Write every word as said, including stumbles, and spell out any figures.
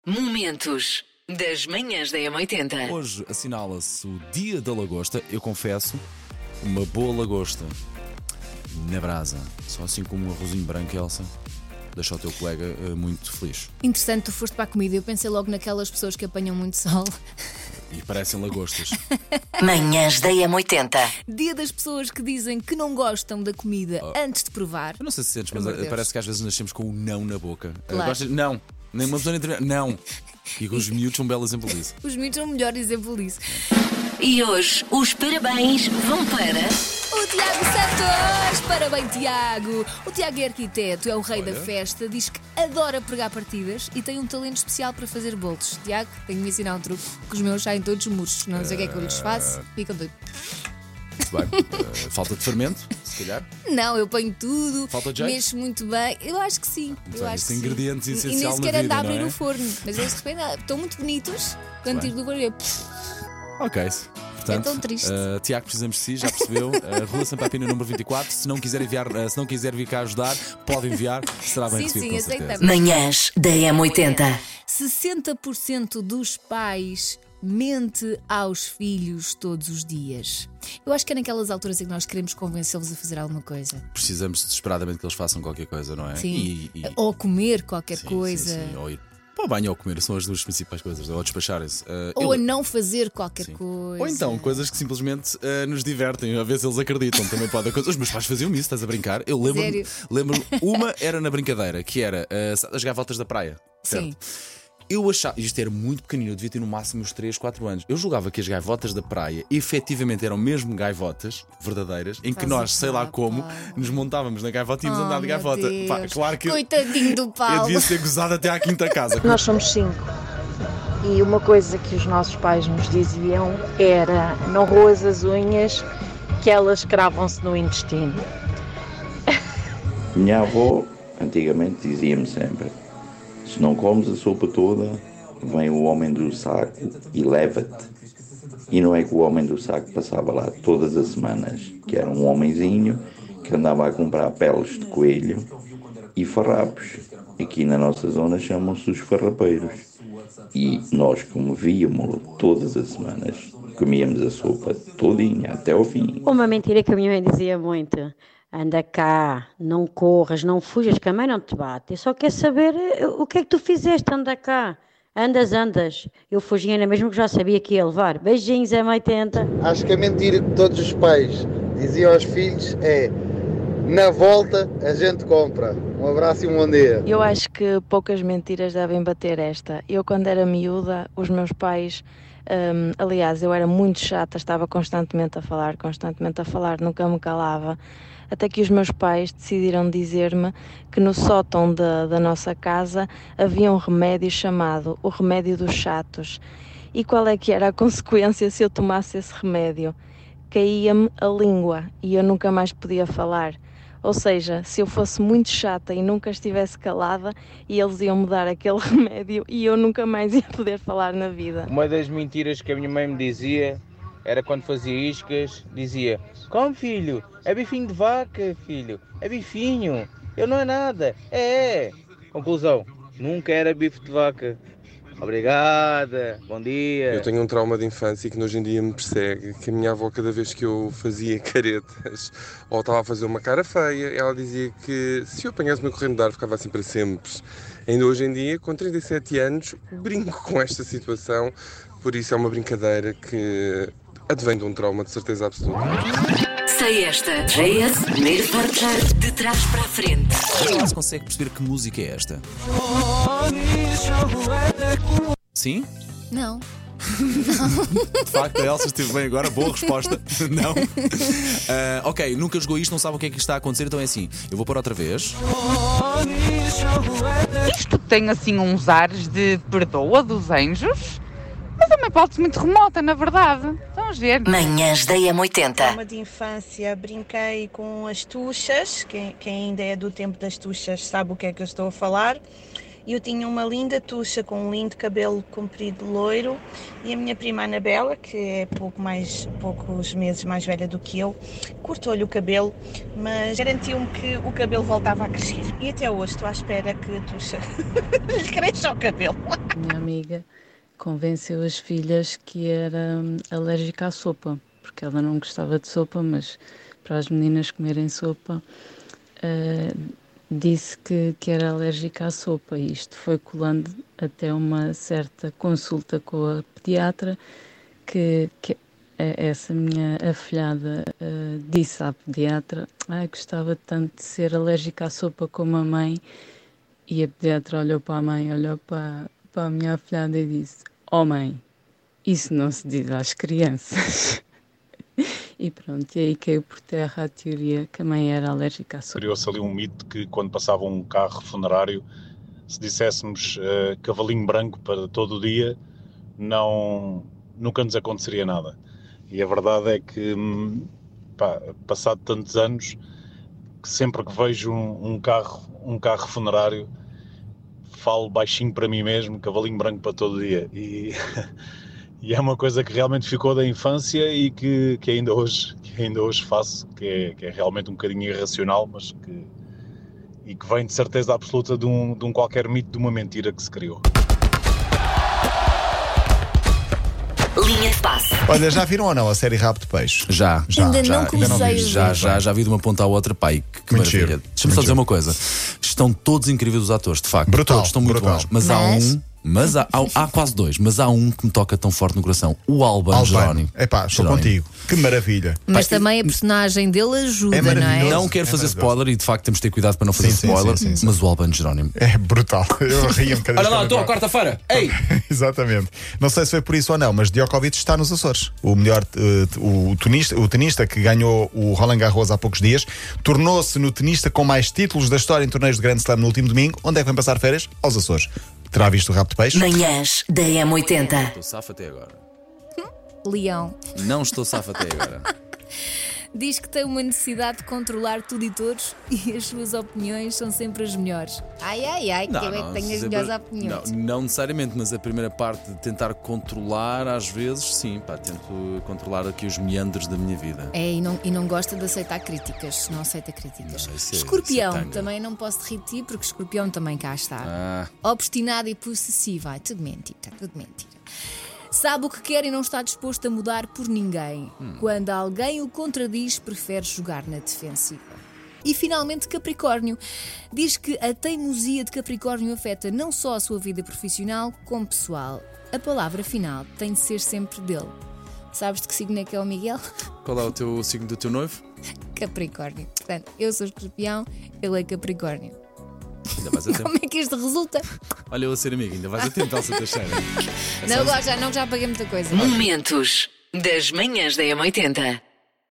Momentos das manhãs da M oitenta. Hoje assinala-se o Dia da Lagosta. Eu confesso, uma boa lagosta na brasa, só assim como um arrozinho branco, Elsa, deixa o teu colega uh, muito feliz. Interessante, tu foste para a comida. Eu pensei logo naquelas pessoas que apanham muito sol. E parecem lagostas. Manhãs da M oitenta. Dia das pessoas que dizem que não gostam da comida Oh. antes de provar. Eu não sei se sentes, mas Meu Deus. parece que às vezes nascemos com o não na boca. Uh, Claro. gostas? Não. Nem uma pessoa nem termina. Não. E com os miúdos são um belo exemplo disso. Os miúdos são o melhor exemplo disso. E hoje os parabéns vão para... O Tiago Santos! Parabéns, Tiago! O Tiago é arquiteto, é o rei Olha. da festa, diz que adora pregar partidas e tem um talento especial para fazer bolos. Tiago, tenho de me ensinar um truque, que os meus saem todos murchos. Não sei o que é que eu lhes faço, ficam doidos. Muito bem. Uh, falta de fermento, se calhar. Não, eu ponho tudo, Falta de jeito? mexo muito bem. Eu acho que sim. Eu bem, acho isso que é sim. ingredientes E- essencial E nem na sequer vida, anda a abrir não é? o forno. Mas eles de repente ah, estão muito bonitos. Quando tiro do forno, eu... Ok. Portanto, É tão triste. uh, Tiago, precisamos de si, já percebeu? Uh, Rua Santa Pina, número vinte e quatro. Se não quiser enviar, uh, se não quiser vir cá ajudar, pode enviar, será bem Sim, recebido, sim, com certeza. aceitamos. Manhãs da M oitenta. sessenta por cento dos pais mente aos filhos todos os dias. Eu acho que é naquelas alturas em que nós queremos convencê-los a fazer alguma coisa. Precisamos desesperadamente que eles façam qualquer coisa, não é? Sim. E, e- Ou comer qualquer sim, coisa. sim, sim. Ou ir para o banho ou comer, são as duas principais coisas. Ou despacharem-se. Uh, Ou eu- a não fazer qualquer Sim. coisa. Ou então, coisas que simplesmente uh, nos divertem, a ver se eles acreditam. Também pode acontecer. Os meus pais faziam isso, estás a brincar? Eu lembro-me. Sério? Lembro uma era na brincadeira, que era uh, as gaivotas da praia. Certo? Sim. Eu achava, isto era muito pequenino, eu devia ter no máximo uns três, quatro anos. Eu julgava que as gaivotas da praia efetivamente eram mesmo gaivotas verdadeiras, em que Estás nós, a sei lá falar, como, Paulo. nos montávamos na gaivota e íamos Oh, andar de meu gaivota. Deus. Pá, claro que Coitadinho do eu Paulo. devia ser gozado até à quinta casa. Nós somos cinco. E uma coisa que os nossos pais nos diziam era: não roas as unhas, que elas cravam-se no intestino. Minha avó, antigamente, dizia-me sempre: se não comes a sopa toda, vem o homem do saco e leva-te. E não é que o homem do saco passava lá todas as semanas, que era um homenzinho que andava a comprar peles de coelho e farrapos. Aqui na nossa zona chamam-se os farrapeiros. E nós, como víamos todas as semanas, comíamos a sopa todinha, até ao fim. Uma mentira que a minha mãe dizia muito: anda cá, não corras, não fujas, que a mãe não te bate. Eu só quero saber eh, o que é que tu fizeste, anda cá. Andas, andas. Eu fugia ainda mesmo que já sabia que ia levar. Beijinhos, M oitenta. Acho que a mentira que todos os pais diziam aos filhos é: na volta a gente compra. Um abraço e um bom dia. Eu acho que poucas mentiras devem bater esta. Eu, quando era miúda, os meus pais, hum, aliás, eu era muito chata, estava constantemente a falar, constantemente a falar, nunca me calava, até que os meus pais decidiram dizer-me que no sótão da, da nossa casa havia um remédio chamado o remédio dos chatos. E qual é que era a consequência se eu tomasse esse remédio? Caía-me a língua e eu nunca mais podia falar. Ou seja, se eu fosse muito chata e nunca estivesse calada, e eles iam me dar aquele remédio e eu nunca mais ia poder falar na vida. Uma das mentiras que a minha mãe me dizia era quando fazia iscas, dizia: come filho, é bifinho de vaca, filho, é bifinho, eu não é nada, é, é. Conclusão, nunca era bife de vaca. Obrigada, bom dia. Eu tenho um trauma de infância que hoje em dia me persegue, que a minha avó, cada vez que eu fazia caretas ou estava a fazer uma cara feia, ela dizia que se eu apanhasse uma corrente de ar ficava assim para sempre. Ainda hoje em dia, com trinta e sete anos, brinco com esta situação, por isso é uma brincadeira que advém de um trauma de certeza absoluta. Sei esta. J S, primeiro portar de trás para a frente. Não se consegue perceber que música é esta. Sim? Não. De facto, a Elsa esteve bem agora, boa resposta. Não. Ah, ok, nunca jogou isto, não sabe o que é que está a acontecer, então é assim. Eu vou pôr outra vez. Isto tem assim uns ares de perdoa dos anjos, mas é uma hipótese muito remota, na verdade. Vamos ver. Manhãs da M oitenta. Trauma de infância, brinquei com as tuchas. Quem, quem ainda é do tempo das tuchas sabe o que é que eu estou a falar. Eu tinha uma linda tucha com um lindo cabelo comprido loiro e a minha prima Anabela, que é pouco mais, poucos meses mais velha do que eu, cortou-lhe o cabelo, mas garantiu-me que o cabelo voltava a crescer. E até hoje estou à espera que a tucha lhe cresça o cabelo. Minha amiga convenceu as filhas que era alérgica à sopa, porque ela não gostava de sopa, mas para as meninas comerem sopa, uh, disse que, que era alérgica à sopa. E isto foi colando até uma certa consulta com a pediatra, que, que essa minha afilhada uh, disse à pediatra: ah, gostava tanto de ser alérgica à sopa como a mãe. E a pediatra olhou para a mãe, olhou para, para a minha afilhada e disse: oh mãe, isso não se diz às crianças. E pronto, e aí caiu por terra a teoria que a mãe era alérgica à sopa. Criou-se ali um mito que quando passava um carro funerário, se disséssemos uh, cavalinho branco para todo o dia, não, nunca nos aconteceria nada. E a verdade é que, pá, passado tantos anos, que sempre que vejo um, um, carro, um carro funerário, falo baixinho para mim mesmo, cavalinho branco para todo o dia. E... E é uma coisa que realmente ficou da infância e que, que, ainda, hoje, que ainda hoje faço, que é, que é realmente um bocadinho irracional, mas que, e que vem de certeza absoluta de um, de um qualquer mito, de uma mentira que se criou. Linha de passe. Olha, já viram ou não a série Rabo de Peixe? Já, já, ainda já, não comecei ainda não vi. a ver. Já, já, já vi de uma ponta à outra, pai, que, que maravilha. Giro. Deixa-me só dizer uma coisa: estão todos incríveis os atores, de facto. Brutal, Todos estão muito brutal. bons, mas, Mas? há um. Mas há, há, há quase dois, mas há um que me toca tão forte no coração: o Albano Jerónimo. Epá, estou Jerónimo. contigo. Que maravilha. Mas Pai, também a personagem dele ajuda, É não é? maravilhoso. Não quero É fazer maravilhoso. spoiler e de facto temos de ter cuidado para não fazer Sim, sim, spoiler, sim, sim, sim. mas o Albano Jerónimo. É brutal. Eu ri um bocadinho. Olha lá, estou quarta-feira. Ei! Exatamente. Não sei se foi por isso ou não, mas Djokovic está nos Açores. O melhor uh, o, tenista, o tenista que ganhou o Roland Garros há poucos dias, tornou-se no tenista com mais títulos da história em torneios de Grand Slam no último domingo. Onde é que vem passar férias? Aos Açores. Terá visto o Rabo de Peixe? Manhãs da M oitenta. Estou safo até agora. Leão. Não estou safo até agora. Diz que tem uma necessidade de controlar tudo e todos e as suas opiniões são sempre as melhores. Ai, ai, ai, que eu é que tenho as sempre- melhores opiniões. Não, não necessariamente, mas a primeira parte de tentar controlar, às vezes, sim, pá, tento controlar aqui os meandros da minha vida. É, e não, e não gosta de aceitar críticas. Não aceita críticas. Não, isso é- Escorpião, isso é tanga. também não posso te rir de ti, porque Escorpião também cá está. Ah, Obstinado e possessivo. Ai, tudo mentira, tudo mentira. Sabe o que quer e não está disposto a mudar por ninguém. Quando alguém o contradiz, prefere jogar na defensiva. E finalmente Capricórnio. Diz que a teimosia de Capricórnio afeta não só a sua vida profissional, como pessoal. A palavra final tem de ser sempre dele. Sabes de que signo é que é o Miguel? qual é o teu o signo do teu noivo? Capricórnio. Portanto, eu sou Escorpião, ele é Capricórnio. Ainda vais a tempo. Como é que isto resulta? Olha, eu a ser amigo, ainda vais a tempo, Elsa Teixeira. É Não, só- agora já, não, já paguei muita coisa. Momentos das manhãs da M oitenta.